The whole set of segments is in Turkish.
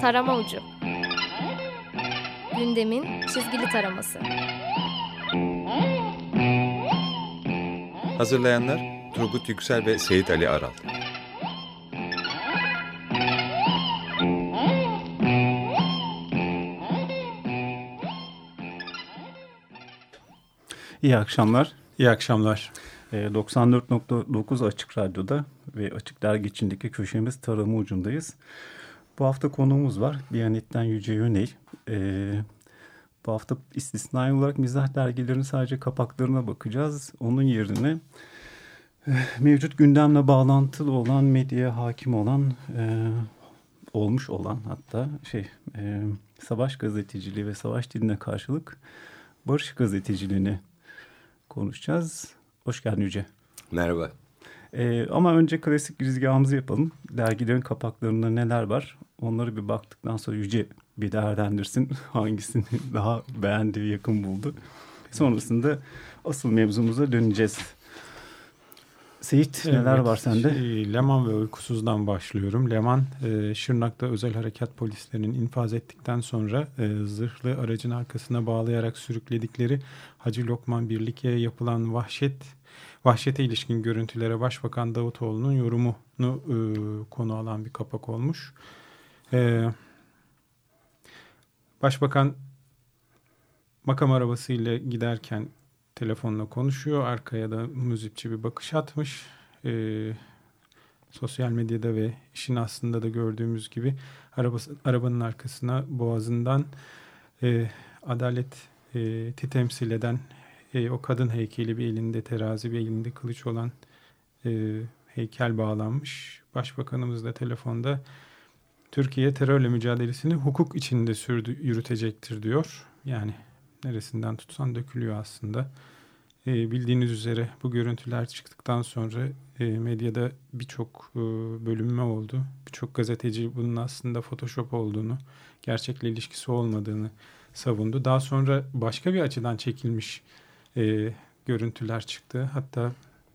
Tarama Ucu. Gündemin çizgili taraması. Hazırlayanlar Turgut Yüksel ve Seyit Ali Aral. İyi akşamlar. İyi akşamlar. 94.9 Açık Radyo'da ve Açık Dergi içindeki köşemiz Tarama Ucu'ndayız. Bu hafta konuğumuz var. Diyanet'ten Yüce Yöney. Bu hafta istisnai olarak mizah dergilerinin sadece kapaklarına bakacağız. Onun yerine mevcut gündemle bağlantılı olan, medyaya hakim olan, olmuş olan hatta savaş gazeteciliği ve savaş diline karşılık barış gazeteciliğini konuşacağız. Hoş geldin Yüce. Merhaba. Ama önce klasik girizgahımızı yapalım. Dergilerin kapaklarında neler var? Onları bir baktıktan sonra Yüce bir değerlendirsin. Hangisini daha beğendi ve yakın buldu. Sonrasında asıl mevzumuza döneceğiz. Seyit, neler var sende? Leman ve Uykusuz'dan başlıyorum. Leman, Şırnak'ta özel harekat polislerinin infaz ettikten sonra zırhlı aracın arkasına bağlayarak sürükledikleri Hacı Lokman Birlik'e yapılan vahşete ilişkin görüntülere Başbakan Davutoğlu'nun yorumunu konu alan bir kapak olmuş. Başbakan makam arabasıyla giderken telefonla konuşuyor. Arkaya da müzikçi bir bakış atmış. Sosyal medyada ve işin aslında da gördüğümüz gibi arabanın arkasına boğazından adaleti temsil eden o kadın heykeli, bir elinde terazi, bir elinde kılıç olan heykel bağlanmış. Başbakanımız da telefonda Türkiye terörle mücadelesini hukuk içinde yürütecektir diyor. Yani neresinden tutsan dökülüyor aslında. Bildiğiniz üzere bu görüntüler çıktıktan sonra medyada birçok bölünme oldu. Birçok gazeteci bunun aslında Photoshop olduğunu, gerçekle ilişkisi olmadığını savundu. Daha sonra başka bir açıdan çekilmiş görüntüler çıktı. Hatta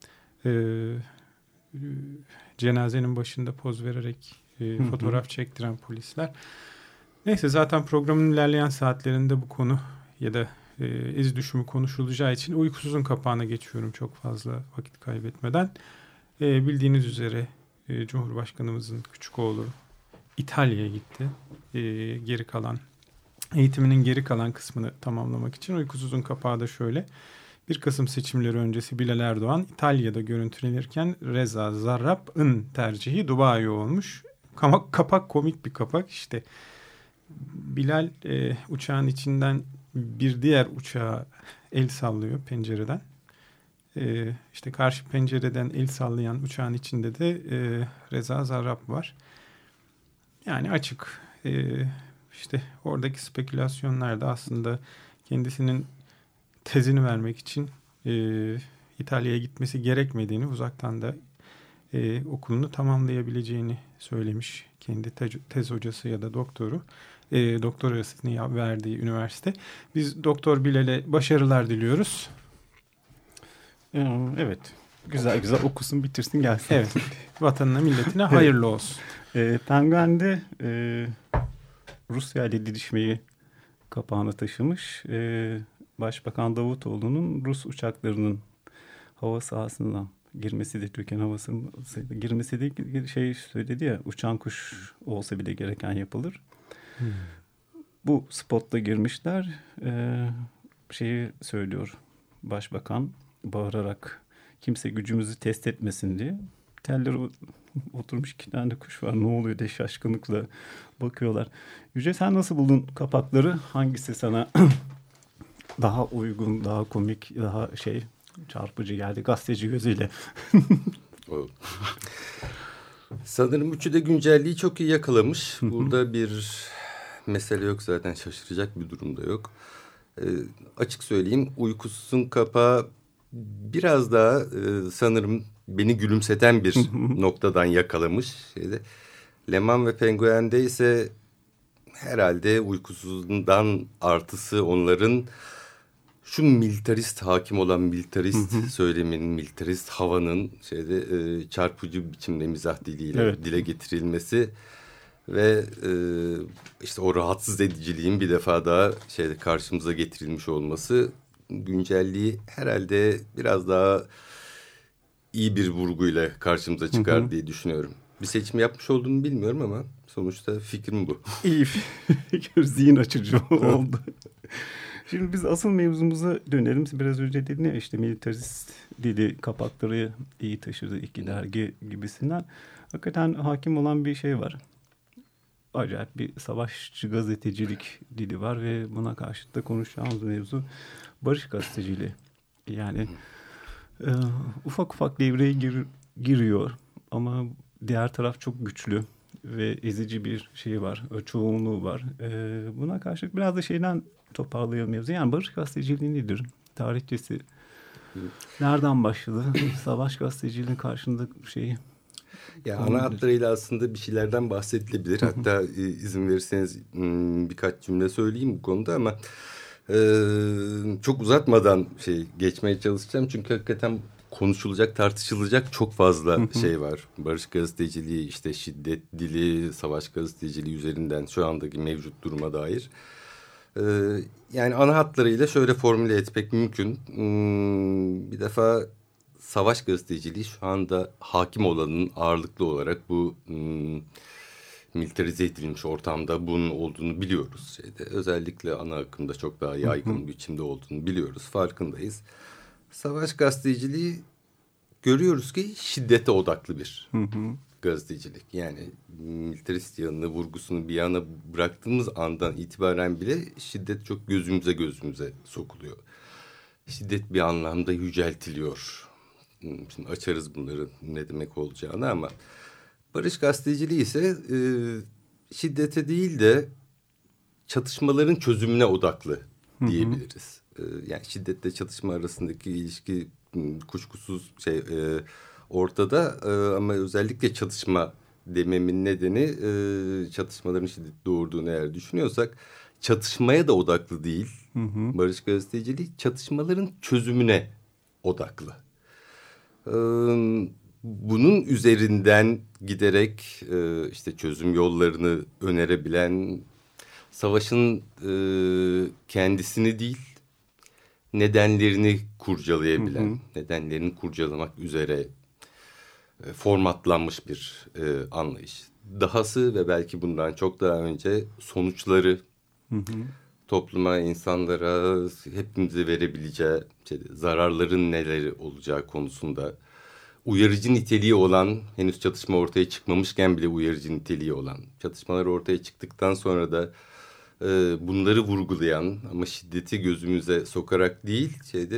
cenazenin başında poz vererek fotoğraf çektiren polisler. Neyse, zaten programın ilerleyen saatlerinde bu konu ya da iz düşümü konuşulacağı için Uykusuz'un kapağına geçiyorum çok fazla vakit kaybetmeden. Bildiğiniz üzere Cumhurbaşkanımızın küçük oğlu İtalya'ya gitti. Eğitiminin geri kalan kısmını tamamlamak için. Uykusuz'un kapağı da şöyle. 1 Kasım seçimleri öncesi Bilal Erdoğan İtalya'da görüntülenirken Reza Zarrab'ın tercihi Dubai olmuş. Kapak komik bir kapak. İşte Bilal uçağın içinden bir diğer uçağa el sallıyor pencereden. İşte karşı pencereden el sallayan uçağın içinde de Reza Zarrab var. Yani açık. İşte oradaki spekülasyonlar da aslında kendisinin tezini vermek için İtalya'ya gitmesi gerekmediğini, uzaktan da okulunu tamamlayabileceğini söylemiş kendi tez hocası ya da doktoru. Doktorasını verdiği üniversite. Biz Doktor Bilal'e başarılar diliyoruz. Evet. Güzel okusun, bitirsin, gelsin. Evet. Vatanına, milletine hayırlı olsun. Penguen'de Rusya ile didişmeyi kapağına taşımış. Başbakan Davutoğlu'nun Rus uçaklarının hava sahasından girmesi de, Türkiye'nin hava sahasına girmesi de söyledi ya, uçan kuş olsa bile gereken yapılır. Bu spotla girmişler. Şeyi söylüyor Başbakan bağırarak, kimse gücümüzü test etmesin diye. Tellere oturmuş 2 tane kuş var. Ne oluyor diye şaşkınlıkla bakıyorlar. Yüce, sen nasıl buldun kapakları? Hangisi sana daha uygun, daha komik, daha çarpıcı geldi gazeteci gözüyle? Sanırım üçü de güncelliği çok iyi yakalamış. Burada bir mesele yok zaten, şaşıracak bir durumda yok. Açık söyleyeyim, Uykusuz'un kapağı biraz daha sanırım beni gülümseten bir noktadan yakalamış. Leman ve Penguen'de ise herhalde Uykusuz'dan artısı onların şu militarist hakim olan militarist söylemin, militarist havanın çarpıcı biçimde mizah diliyle dile getirilmesi Ve işte o rahatsız ediciliğin bir defa daha karşımıza getirilmiş olması güncelliği herhalde biraz daha iyi bir vurguyla karşımıza çıkar diye düşünüyorum. Bir seçim yapmış olduğumu bilmiyorum ama sonuçta fikrim bu. İyi fikir, zihin açıcı oldu. Şimdi biz asıl mevzumuza dönelim. Biraz önce dedin ya işte militarist dili kapakları iyi taşıdı iki dergi gibisinden. Hakikaten hakim olan bir şey var. Acayip bir savaşçı gazetecilik dili var ve buna karşılık da konuşacağımız mevzu barış gazeteciliği. Yani ufak ufak devreye giriyor ama diğer taraf çok güçlü ve ezici bir şey var, çoğunluğu var. Buna karşılık biraz da şeyden toparlayalım mevzu. Yani barış gazeteciliği nedir? Tarihçesi nereden başladı? Savaş gazeteciliğinin karşında şeyi. Ya ana hatlarıyla aslında bir şeylerden bahsedilebilir. Hatta izin verirseniz birkaç cümle söyleyeyim bu konuda ama çok uzatmadan geçmeye çalışacağım. Çünkü hakikaten konuşulacak, tartışılacak çok fazla şey var. Barış gazeteciliği, işte şiddet dili, savaş gazeteciliği üzerinden şu andaki mevcut duruma dair. Yani ana hatlarıyla şöyle formüle etmek mümkün. Bir defa savaş gazeteciliği şu anda hakim olanın ağırlıklı olarak bu militarize edilmiş ortamda bunun olduğunu biliyoruz. Özellikle ana akımda çok daha yaygın biçimde olduğunu biliyoruz, farkındayız. Savaş gazeteciliği görüyoruz ki şiddete odaklı bir gazetecilik. Yani militarist yanını, vurgusunu bir yana bıraktığımız andan itibaren bile şiddet çok gözümüze sokuluyor. Şiddet bir anlamda yüceltiliyor. Şimdi açarız bunların ne demek olacağını ama barış gazeteciliği ise şiddete değil de çatışmaların çözümüne odaklı diyebiliriz. Yani şiddetle çatışma arasındaki ilişki kuşkusuz ortada ama özellikle çatışma dememin nedeni çatışmaların şiddet doğurduğunu eğer düşünüyorsak çatışmaya da odaklı değil. Barış gazeteciliği çatışmaların çözümüne odaklı. Bunun üzerinden giderek işte çözüm yollarını önerebilen, savaşın kendisini değil nedenlerini kurcalayabilen, nedenlerini kurcalamak üzere formatlanmış bir anlayış. Dahası ve belki bundan çok daha önce sonuçları topluma, insanlara, hepimize verebileceği zararların neleri olacağı konusunda uyarıcı niteliği olan, henüz çatışma ortaya çıkmamışken bile uyarıcı niteliği olan, çatışmalar ortaya çıktıktan sonra da bunları vurgulayan ama şiddeti gözümüze sokarak değil,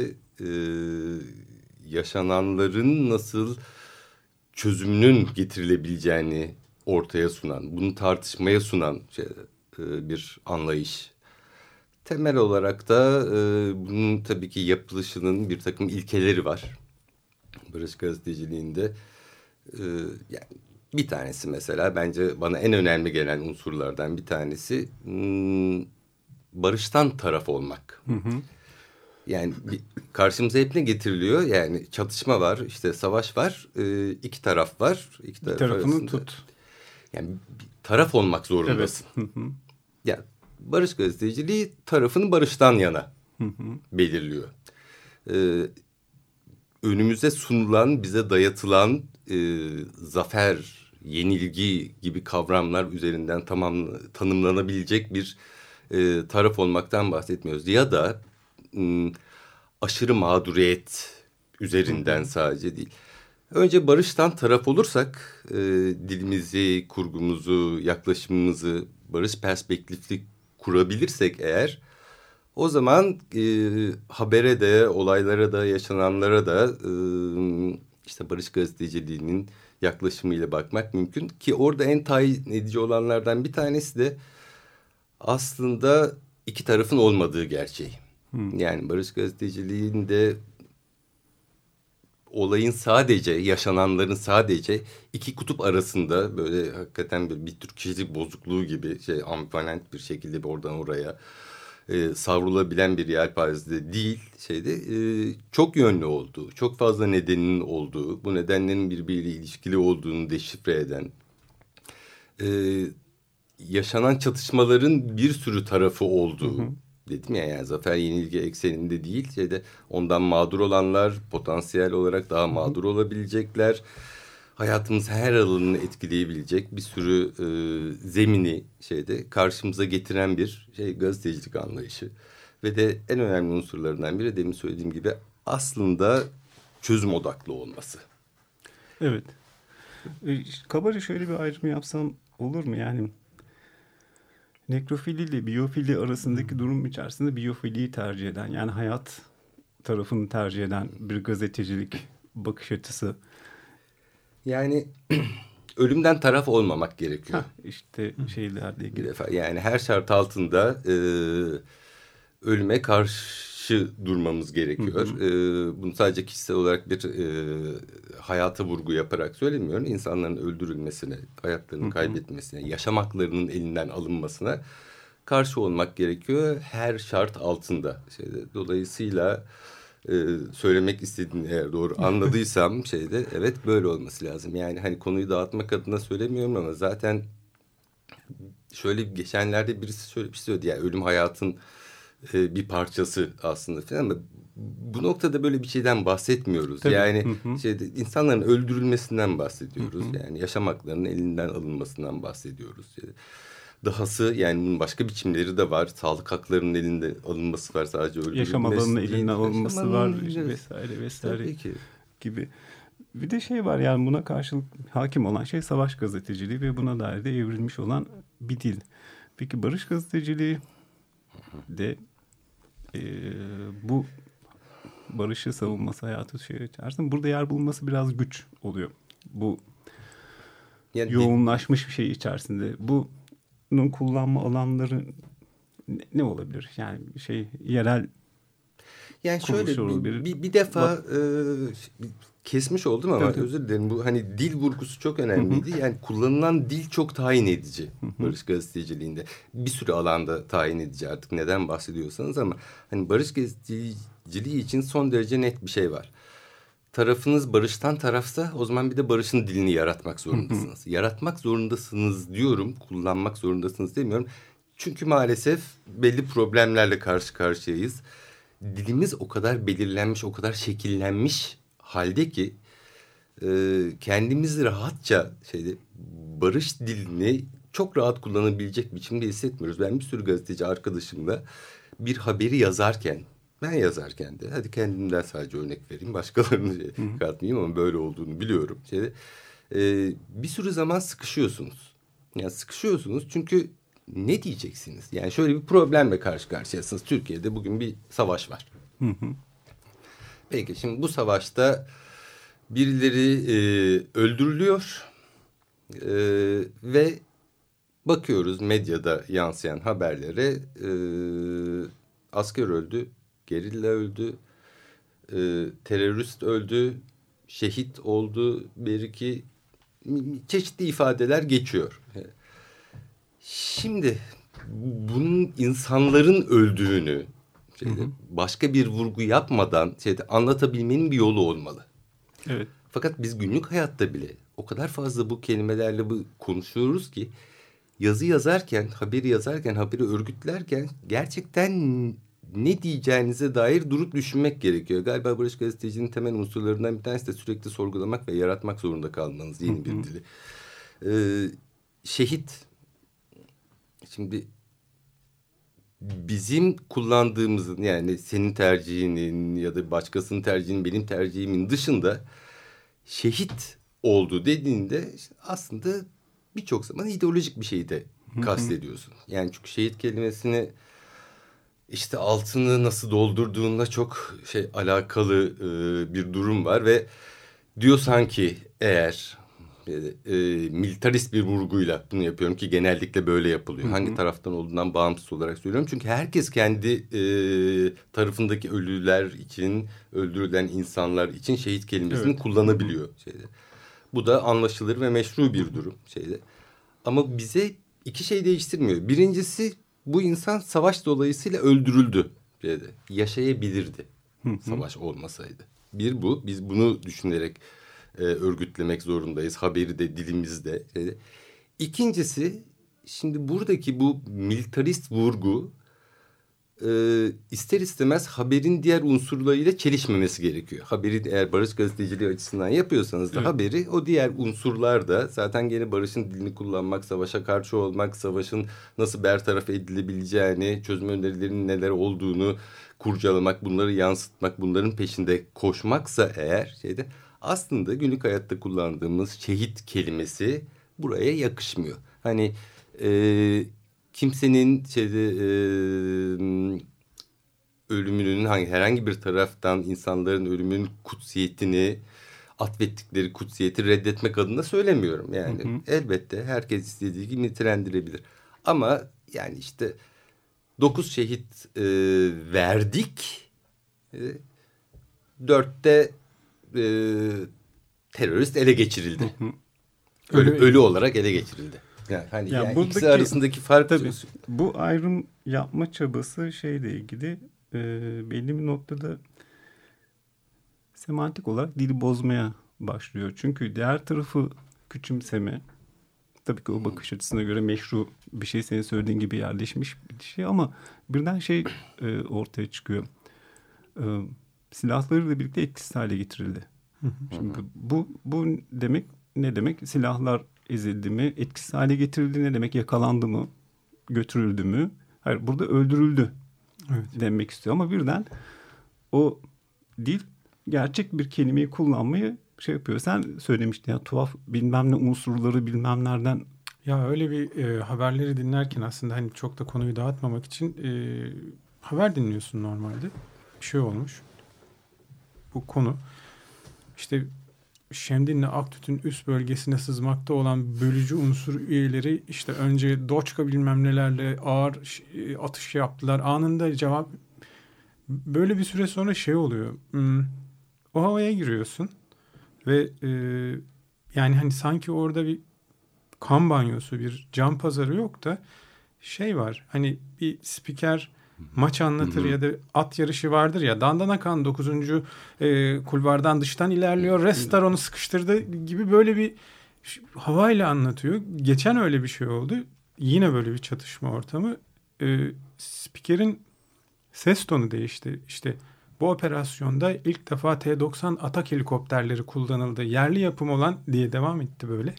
yaşananların nasıl çözümünün getirilebileceğini ortaya sunan, bunu tartışmaya sunan bir anlayış. Temel olarak da bunun tabii ki yapılışının bir takım ilkeleri var. Barış gazeteciliğinde yani bir tanesi mesela bence bana en önemli gelen unsurlardan bir tanesi barıştan taraf olmak. Yani karşımıza hep ne getiriliyor? Yani çatışma var, işte savaş var, iki taraf var. İki bir tarafını arasında tut. Yani bir taraf olmak zorundasın. Evet. Yani barış gazeteciliği tarafını barıştan yana belirliyor. Önümüze sunulan, bize dayatılan zafer, yenilgi gibi kavramlar üzerinden tanımlanabilecek bir taraf olmaktan bahsetmiyoruz. Ya da aşırı mağduriyet üzerinden sadece değil. Önce barıştan taraf olursak dilimizi, kurgumuzu, yaklaşımımızı barış perspektifli kurabilirsek eğer o zaman habere de, olaylara da, yaşananlara da işte barış gazeteciliğinin yaklaşımıyla bakmak mümkün. Ki orada en tayin edici olanlardan bir tanesi de aslında iki tarafın olmadığı gerçeği. Yani barış gazeteciliğinde olayın sadece, yaşananların sadece iki kutup arasında böyle hakikaten bir tür kişilik bozukluğu gibi ambivalent bir şekilde oradan oraya savrulabilen bir yelpazede değil, çok yönlü olduğu, çok fazla nedeninin olduğu, bu nedenlerin birbiriyle ilişkili olduğunu deşifre eden, yaşanan çatışmaların bir sürü tarafı olduğu dedim ya, yani zafer yenilgi ekseninde değil, ondan mağdur olanlar, potansiyel olarak daha mağdur olabilecekler, hayatımız her alanını etkileyebilecek bir sürü zemini karşımıza getiren bir gazetecilik anlayışı ve de en önemli unsurlarından biri demin söylediğim gibi aslında çözüm odaklı olması. Evet. Kabaca şöyle bir ayrım yapsam olur mu? Yani nekrofili ile biyofili arasındaki durum içerisinde biyofiliyi tercih eden, yani hayat tarafını tercih eden bir gazetecilik bakış açısı. Yani ölümden taraf olmamak gerekiyor. İşte şeylerle ilgili. Bir defa yani her şart altında ölüme karşı durmamız gerekiyor. Bunu sadece kişisel olarak bir hayata vurgu yaparak söylemiyorum. İnsanların öldürülmesine, hayatlarını kaybetmesine, yaşam haklarının elinden alınmasına karşı olmak gerekiyor. Her şart altında. Dolayısıyla söylemek istediğini eğer doğru anladıysam evet böyle olması lazım. Yani hani konuyu dağıtmak adına söylemiyorum ama zaten şöyle geçenlerde birisi şöyle bir şey söyledi. Yani ölüm hayatın bir parçası aslında falan, ama bu noktada böyle bir şeyden bahsetmiyoruz. Tabii. Yani insanların öldürülmesinden bahsediyoruz. Yani yaşam haklarının elinden alınmasından bahsediyoruz. Dahası yani bunun başka biçimleri de var. Sağlık haklarının elinde alınması var, sadece öldürülmesi yaşam alanının değil. elinden alınması var vesaire Tabii ki. gibi. Bir de şey var, yani buna karşılık hakim olan şey savaş gazeteciliği ve buna dair de evrilmiş olan bir dil. Peki barış gazeteciliği de bu barışı savunması, hayatı içerisinde burada yer bulunması biraz güç oluyor. Bu Yani yoğunlaşmış bir şey içerisinde. Bunun kullanma alanları ne olabilir? Yani yerel yani şöyle bir defa kesmiş oldum ama evet. Özür dilerim. Bu hani dil vurgusu çok önemliydi. Yani kullanılan dil çok tayin edici barış gazeteciliğinde. Bir sürü alanda tayin edici, artık neden bahsediyorsanız, ama hani barış gazeteciliği için son derece net bir şey var. Tarafınız barıştan tarafsa o zaman bir de barışın dilini yaratmak zorundasınız. Yaratmak zorundasınız diyorum, kullanmak zorundasınız demiyorum. Çünkü maalesef belli problemlerle karşı karşıyayız. Dilimiz o kadar belirlenmiş, o kadar şekillenmiş halde ki kendimizi rahatça barış dilini çok rahat kullanabilecek biçimde hissetmiyoruz. Ben bir sürü gazeteci arkadaşımla bir haberi yazarken, ben yazarken de, hadi kendimden sadece örnek vereyim, başkalarını katmayayım ama böyle olduğunu biliyorum. Bir sürü zaman sıkışıyorsunuz. Yani sıkışıyorsunuz çünkü ne diyeceksiniz? Yani şöyle bir problemle karşı karşıyasınız. Türkiye'de bugün bir savaş var. Peki şimdi bu savaşta birileri öldürülüyor ve bakıyoruz medyada yansıyan haberlere, asker öldü, gerilla öldü, terörist öldü, şehit oldu, bir iki çeşitli ifadeler geçiyor. Şimdi bunun insanların öldüğünü başka bir vurgu yapmadan anlatabilmenin bir yolu olmalı. Evet. Fakat biz günlük hayatta bile o kadar fazla bu kelimelerle konuşuyoruz ki yazı yazarken, haberi yazarken, haberi örgütlerken gerçekten ne diyeceğinize dair durup düşünmek gerekiyor. Galiba barış gazetecinin temel unsurlarından bir tanesi de sürekli sorgulamak ve yaratmak zorunda kalmanız yeni bir dili. Şehit. Şimdi bizim kullandığımızın, yani senin tercihinin ya da başkasının tercihinin, benim tercihimin dışında şehit oldu dediğinde aslında birçok zaman ideolojik bir şeyi de kastediyorsun. Yani çünkü şehit kelimesini altını nasıl doldurduğunla çok alakalı bir durum var ve diyorsan ki eğer militarist bir vurguyla bunu yapıyorum ki genellikle böyle yapılıyor. Hangi taraftan olduğundan bağımsız olarak söylüyorum. Çünkü herkes kendi tarafındaki ölüler için, öldürülen insanlar için şehit kelimesini kullanabiliyor. Bu da anlaşılır ve meşru bir durum. Ama bize iki şey değiştirmiyor. Birincisi, bu insan savaş dolayısıyla öldürüldü. Yaşayabilirdi savaş olmasaydı. Bir bu. Biz bunu düşünerek örgütlemek zorundayız. Haberi de, dilimizde. İkincisi, şimdi buradaki bu militarist vurgu ister istemez haberin diğer unsurlarıyla çelişmemesi gerekiyor. Haberi eğer barış gazeteciliği açısından yapıyorsanız da haberi o diğer unsurlar da zaten gene barışın dilini kullanmak, savaşa karşı olmak, savaşın nasıl bertaraf edilebileceğini, çözüm önerilerinin neler olduğunu kurcalamak, bunları yansıtmak, bunların peşinde koşmaksa eğer aslında günlük hayatta kullandığımız şehit kelimesi buraya yakışmıyor. Hani kimsenin ölümünün herhangi bir taraftan insanların ölümünün kutsiyetini, atfettikleri kutsiyeti reddetmek adına söylemiyorum. Yani elbette herkes istediği gibi nitelendirebilir. Ama yani işte 9 şehit verdik. 4'te terörist ele geçirildi. Ölü olarak ele geçirildi. Yani buradaki, ikisi arasındaki fark... Tabii, bu ayrım yapma çabası şeyle ilgili belli bir noktada semantik olarak dili bozmaya başlıyor. Çünkü diğer tarafı küçümseme, tabii ki o bakış açısına göre meşru bir şey, senin söylediğin gibi yerleşmiş bir şey, ama birden ortaya çıkıyor. Silahlarıyla birlikte etkisiz hale getirildi. Şimdi bu demek ne demek? Silahlar ezildi mi? Etkisiz hale getirildi ne demek? Yakalandı mı? Götürüldü mü? Hayır, burada öldürüldü demek istiyor. Ama birden o dil gerçek bir kelimeyi kullanmayı yapıyor. Sen söylemiştin ya, tuhaf bilmem ne unsurları bilmem nereden. Ya öyle bir haberleri dinlerken aslında hani çok da konuyu dağıtmamak için haber dinliyorsun normalde. Bir şey olmuş. Bu konu işte Şemdin'le Aktüt'ün üst bölgesine sızmakta olan bölücü unsur üyeleri işte önce Doçka bilmem nelerle ağır atış yaptılar. Anında cevap, böyle bir süre sonra oluyor. O havaya giriyorsun ve yani hani sanki orada bir kan banyosu, bir can pazarı yok da var. Hani bir spiker maç anlatır ya da at yarışı vardır ya, Dandanakan 9. kulvardan dıştan ilerliyor, Restar onu sıkıştırdı gibi böyle bir havayla anlatıyor. Geçen öyle bir şey oldu. Yine böyle bir çatışma ortamı. Spikerin ses tonu değişti. İşte bu operasyonda ilk defa T-90 atak helikopterleri kullanıldı. Yerli yapım olan diye devam etti böyle.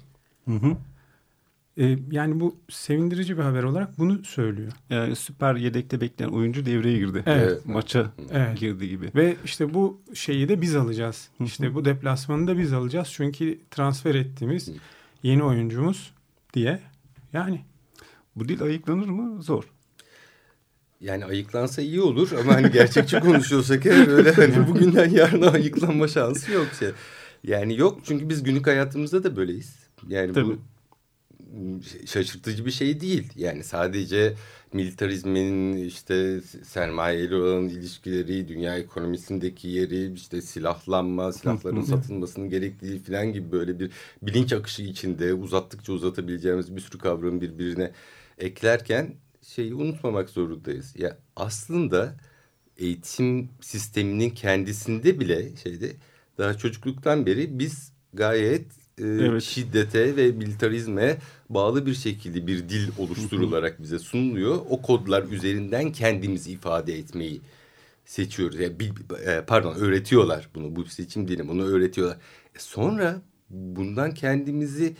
Yani bu sevindirici bir haber olarak bunu söylüyor. Yani süper yedekte bekleyen oyuncu devreye girdi. Evet. Maça girdi gibi. Ve işte bu şeyi de biz alacağız. İşte bu deplasmanı da biz alacağız. Çünkü transfer ettiğimiz yeni oyuncumuz diye. Yani. Bu dil ayıklanır mı? Zor. Yani ayıklansa iyi olur ama hani gerçekçi konuşuyorsak eğer öyle hani bugünden yarına ayıklanma şansı yok. Yani yok, çünkü biz günlük hayatımızda da böyleyiz. Yani tabii. Bu şaşırtıcı bir şey değil. Yani sadece militarizmin işte sermayeyle olan ilişkileri, dünya ekonomisindeki yeri, işte silahlanma, silahların satılmasının gerekliliği falan gibi böyle bir bilinç akışı içinde uzattıkça uzatabileceğimiz bir sürü kavramı birbirine eklerken unutmamak zorundayız. Ya aslında eğitim sisteminin kendisinde bile daha çocukluktan beri biz gayet şiddete ve militarizme bağlı bir şekilde bir dil oluşturularak bize sunuluyor. O kodlar üzerinden kendimizi ifade etmeyi seçiyoruz. Yani öğretiyorlar bunu. Bu seçim dili, bunu öğretiyorlar. Sonra bundan kendimizi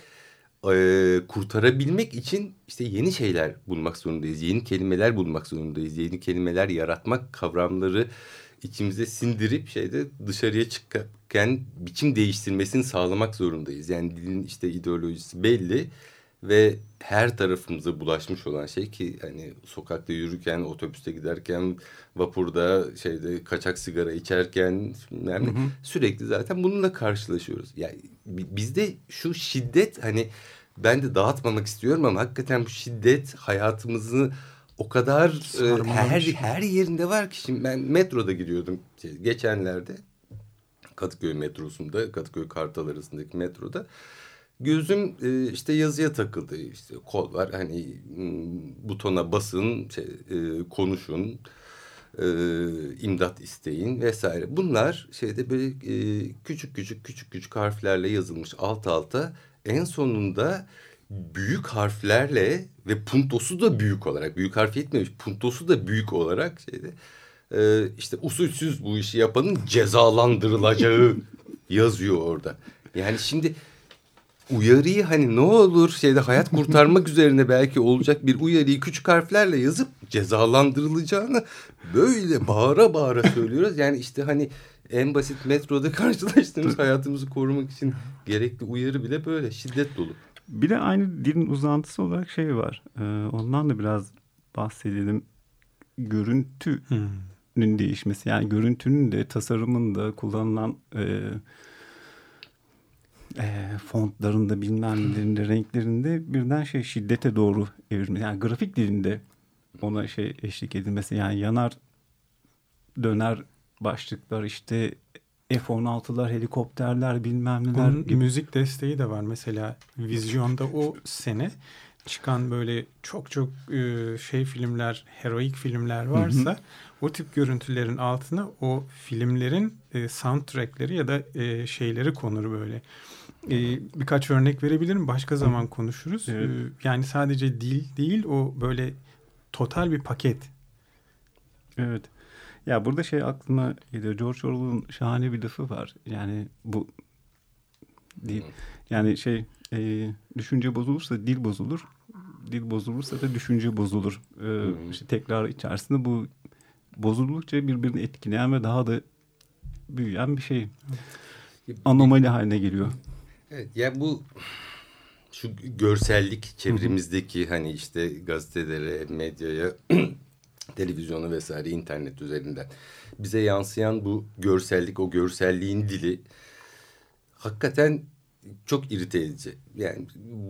kurtarabilmek için işte yeni şeyler bulmak zorundayız. Yeni kelimeler bulmak zorundayız. Yeni kelimeler yaratmak, kavramları içimize sindirip dışarıya çıkarken biçim değiştirmesini sağlamak zorundayız. Yani dilin ideolojisi belli ve her tarafımıza bulaşmış olan şey, ki hani sokakta yürürken, otobüste giderken, vapurda kaçak sigara içerken sürekli zaten bununla karşılaşıyoruz. Yani bizde şu şiddet, hani ben de dağıtmamak istiyorum ama hakikaten bu şiddet hayatımızı o kadar her yerinde var ki. Şimdi ben metroda gidiyordum geçenlerde, Kadıköy metrosunda, Kadıköy Kartal arasındaki metroda. Gözüm yazıya takıldı. İşte kol var, hani butona basın, konuşun, imdat isteyin vesaire. Bunlar böyle küçük küçük harflerle yazılmış alt alta. En sonunda büyük harflerle ve puntosu da büyük olarak, büyük harf yetmemiş, puntosu da büyük olarak işte usulsüz bu işi yapanın cezalandırılacağı yazıyor orada. Yani şimdi uyarıyı hani ne olur hayat kurtarmak üzerine belki olacak bir uyarıyı küçük harflerle yazıp cezalandırılacağını böyle bağıra bağıra söylüyoruz. Yani işte hani en basit metroda karşılaştığımız hayatımızı korumak için gerekli uyarı bile böyle şiddet dolu. Bir de aynı dilin uzantısı olarak şey var. Ondan da biraz bahsedelim. Görüntünün değişmesi. Yani görüntünün de tasarımın da kullanılan fontlarında bilmem nelerinde renklerinde birden şiddete doğru evrilmesi. Yani grafik dilinde ona eşlik edilmesi. Yani yanar döner başlıklar işte F-16'lar, helikopterler bilmem neler Bunun gibi. müzik desteği de var. Mesela vizyonda o sene çıkan böyle çok filmler, heroik filmler varsa o tip görüntülerin altına o filmlerin soundtrackleri ya da şeyleri konur böyle. Birkaç örnek verebilirim. Başka zaman konuşuruz. Evet. Yani sadece dil değil, o böyle total bir paket. Evet. Ya burada aklıma geliyor. George Orwell'ın şahane bir lafı var. Yani bu değil. Yani düşünce bozulursa dil bozulur. Dil bozulursa da düşünce bozulur. İşte tekrar içerisinde bu bozuldukça birbirini etkileyen ve daha da büyüyen bir şey. Anomali haline geliyor. Evet, ya bu şu görsellik çevremizdeki hani işte gazetelere, medyaya, televizyona vesaire internet üzerinden bize yansıyan bu görsellik, o görselliğin dili hakikaten çok irite edici. Yani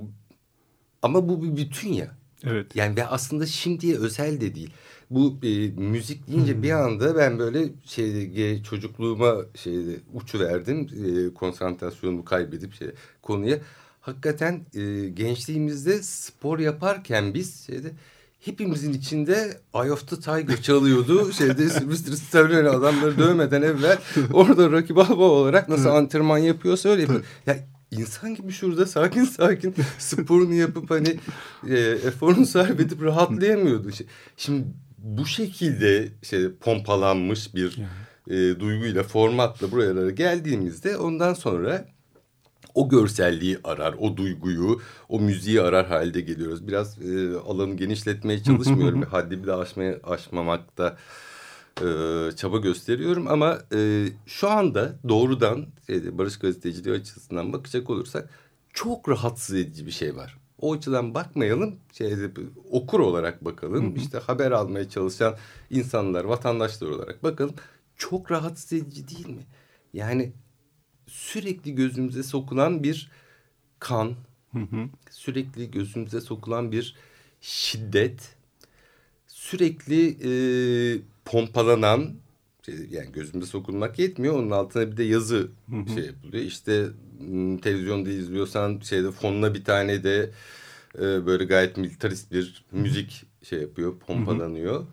ama bu bir bütün ya. Evet. Yani ve aslında şimdiye özel de değil. Bu müzik deyince bir anda ben böyle çocukluğuma uçuverdim. Konsantrasyonumu kaybedip konuya. Hakikaten gençliğimizde spor yaparken biz hepimizin içinde Eye of the Tiger çalıyordu. Sylvester Stallone adamları dövmeden evvel orada Rocky Balboa olarak nasıl antrenman yapıyorsa öyle yapıyor. Ya İnsan gibi şurada sakin sakin sporunu yapıp hani eforunu sarf edip rahatlayamıyordu. Şimdi bu şekilde pompalanmış bir duyguyla, formatla buralara geldiğimizde ondan sonra o görselliği arar, o duyguyu, o müziği arar halde geliyoruz. Biraz alanı genişletmeye çalışmıyorum. Haddimi de aşmamakta çaba gösteriyorum ama şu anda doğrudan Barış Gazeteciliği açısından bakacak olursak çok rahatsız edici bir şey var. O açıdan bakmayalım, okur olarak bakalım. İşte haber almaya çalışan insanlar, vatandaşlar olarak bakalım. Çok rahatsız edici değil mi? Yani sürekli gözümüze sokulan bir kan, sürekli gözümüze sokulan bir şiddet, sürekli pompalanan, yani gözümüze sokulmak yetmiyor. Onun altına bir de yazı yapılıyor. İşte televizyonda izliyorsan fonuna bir tane de böyle gayet militarist bir müzik yapıyor, pompalanıyor.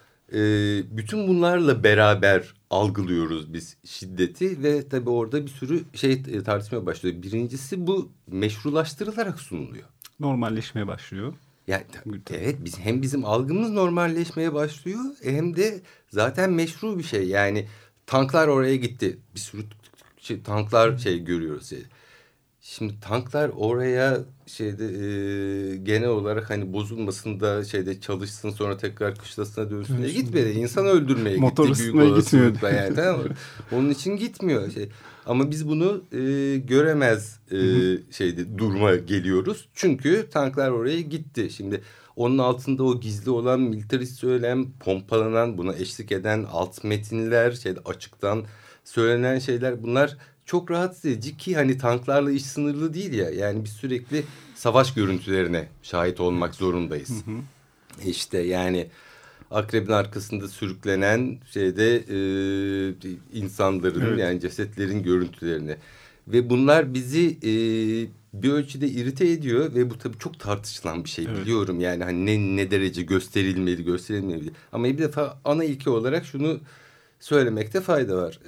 Bütün bunlarla beraber algılıyoruz biz şiddeti ve tabii orada bir sürü tartışmaya başlıyor. Birincisi bu meşrulaştırılarak sunuluyor. Normalleşmeye başlıyor. Yani evet, hem bizim algımız normalleşmeye başlıyor hem de zaten meşru bir şey. Yani tanklar oraya gitti. Bir sürü tanklar görüyoruz. Şimdi tanklar oraya genel olarak hani bozulmasın da çalışsın sonra tekrar kışlasına dönsün diye gitmedi. İnsan öldürmeye motor gitti büyük olasılıkla yani, tamam mı? Onun için gitmiyor. Ama biz bunu göremez duruma geliyoruz. Çünkü tanklar oraya gitti. Şimdi onun altında o gizli olan militarist söylem, pompalanan, buna eşlik eden alt metinler, açıktan söylenen şeyler, bunlar çok rahatsız edici ki hani tanklarla iş sınırlı değil ya. Yani biz sürekli savaş görüntülerine şahit olmak zorundayız. İşte yani akrebin arkasında sürüklenen insanların yani cesetlerin görüntülerini. Ve bunlar bizi bir ölçüde irite ediyor ve bu tabii çok tartışılan bir şey biliyorum. Yani hani ne derece gösterilmeli, gösterilmeli. Ama bir defa ana ilke olarak şunu söylemekte fayda var.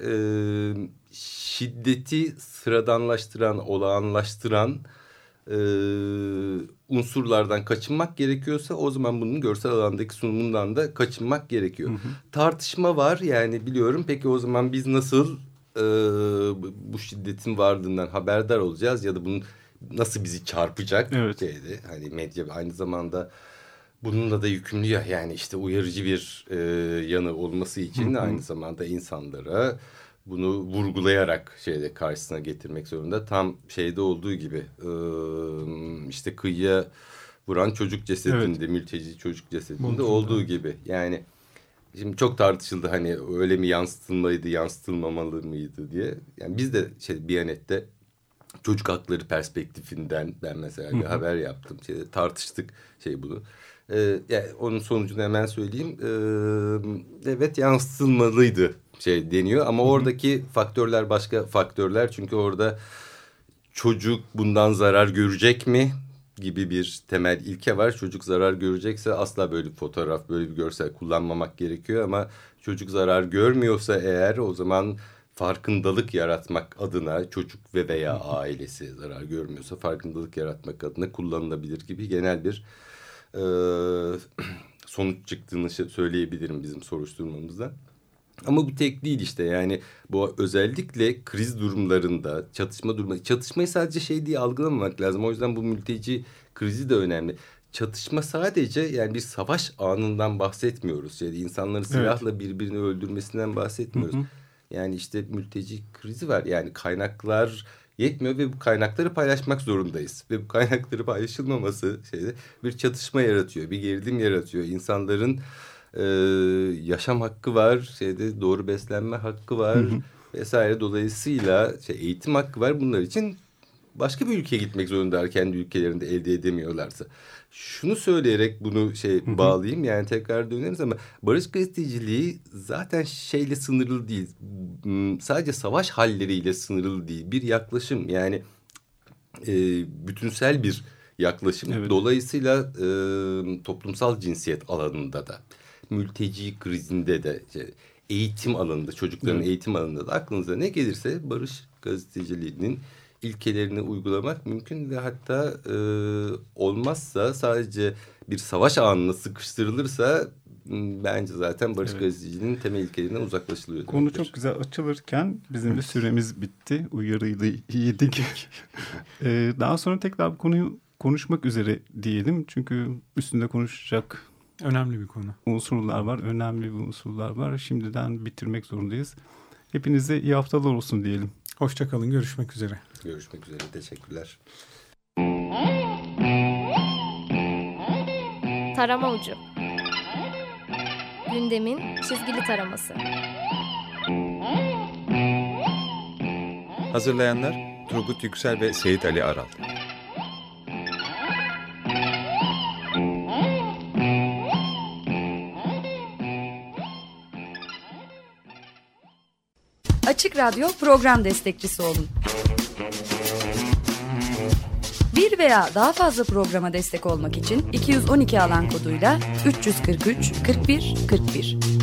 Şiddeti sıradanlaştıran, olağanlaştıran unsurlardan kaçınmak gerekiyorsa o zaman bunun görsel alandaki sunumundan da kaçınmak gerekiyor. Tartışma var yani biliyorum. Peki o zaman biz nasıl bu şiddetin varlığından haberdar olacağız ya da bunun nasıl bizi çarpacak? Evet. Hani medya aynı zamanda bununla da yükümlü ya, yani işte uyarıcı bir yanı olması için aynı zamanda insanlara bunu vurgulayarak karşısına getirmek zorunda. Tam şeyde olduğu gibi işte kıyıya vuran çocuk cesedinde, mülteci çocuk cesedinde olduğu gibi. Yani şimdi çok tartışıldı hani öyle mi yansıtılmalıydı, yansıtılmamalı mıydı diye. Yani biz de Biyanet'te çocuk hakları perspektifinden ben mesela bir haber yaptım. Tartıştık bunu. Yani onun sonucunu hemen söyleyeyim. Evet, yansıtılmalıydı deniyor ama oradaki faktörler başka faktörler. Çünkü orada çocuk bundan zarar görecek mi gibi bir temel ilke var. Çocuk zarar görecekse asla böyle bir fotoğraf, böyle bir görsel kullanmamak gerekiyor. Ama çocuk zarar görmüyorsa eğer o zaman farkındalık yaratmak adına, çocuk ve veya ailesi zarar görmüyorsa farkındalık yaratmak adına kullanılabilir gibi genel bir sonuç çıktığını söyleyebilirim bizim soruşturmamızdan. Ama bu tek değil işte, yani bu özellikle kriz durumlarında, çatışmayı sadece diye algılamamak lazım. O yüzden bu mülteci krizi de önemli. Çatışma sadece yani bir savaş anından bahsetmiyoruz. Yani insanların silahla birbirini öldürmesinden bahsetmiyoruz. Yani işte mülteci krizi var. Yani kaynaklar yetmiyor ve bu kaynakları paylaşmak zorundayız. Ve bu kaynakları paylaşılmaması bir çatışma yaratıyor, bir gerilim yaratıyor. İnsanların yaşam hakkı var, doğru beslenme hakkı var vesaire. Dolayısıyla eğitim hakkı var. Bunlar için başka bir ülkeye gitmek zorundalar, kendi ülkelerinde elde edemiyorlarsa. Şunu söyleyerek bunu bağlayayım, yani tekrar döneriz ama barış gazeteciliği zaten sınırlı değil. Sadece savaş halleriyle sınırlı değil. Bir yaklaşım, yani bütünsel bir yaklaşım. Evet. Dolayısıyla toplumsal cinsiyet alanında da, mülteci krizinde de, eğitim alanında, çocukların eğitim alanında da aklınıza ne gelirse barış gazeteciliğinin ilkelerini uygulamak mümkün ve hatta olmazsa sadece bir savaş anına sıkıştırılırsa bence zaten barış gazeteciliğinin temel ilkelerinden uzaklaşılıyor. Konu çok güzel açılırken bizim de süremiz bitti. Uyarıyı yedik. Daha sonra tekrar bu konuyu konuşmak üzere diyelim. Çünkü üstünde konuşacak önemli bir konu. Unsurlar var, önemli bir unsurlar var. Şimdiden bitirmek zorundayız. Hepinize iyi haftalar olsun diyelim. Hoşça kalın, görüşmek üzere. Görüşmek üzere, teşekkürler. Tarama Ucu. Gündemin çizgili taraması. Hazırlayanlar Turgut Yüksel ve Seyit Ali Aral. Açık Radyo program destekçisi olun. Bir veya daha fazla programa destek olmak için 212 alan koduyla 343 41 41.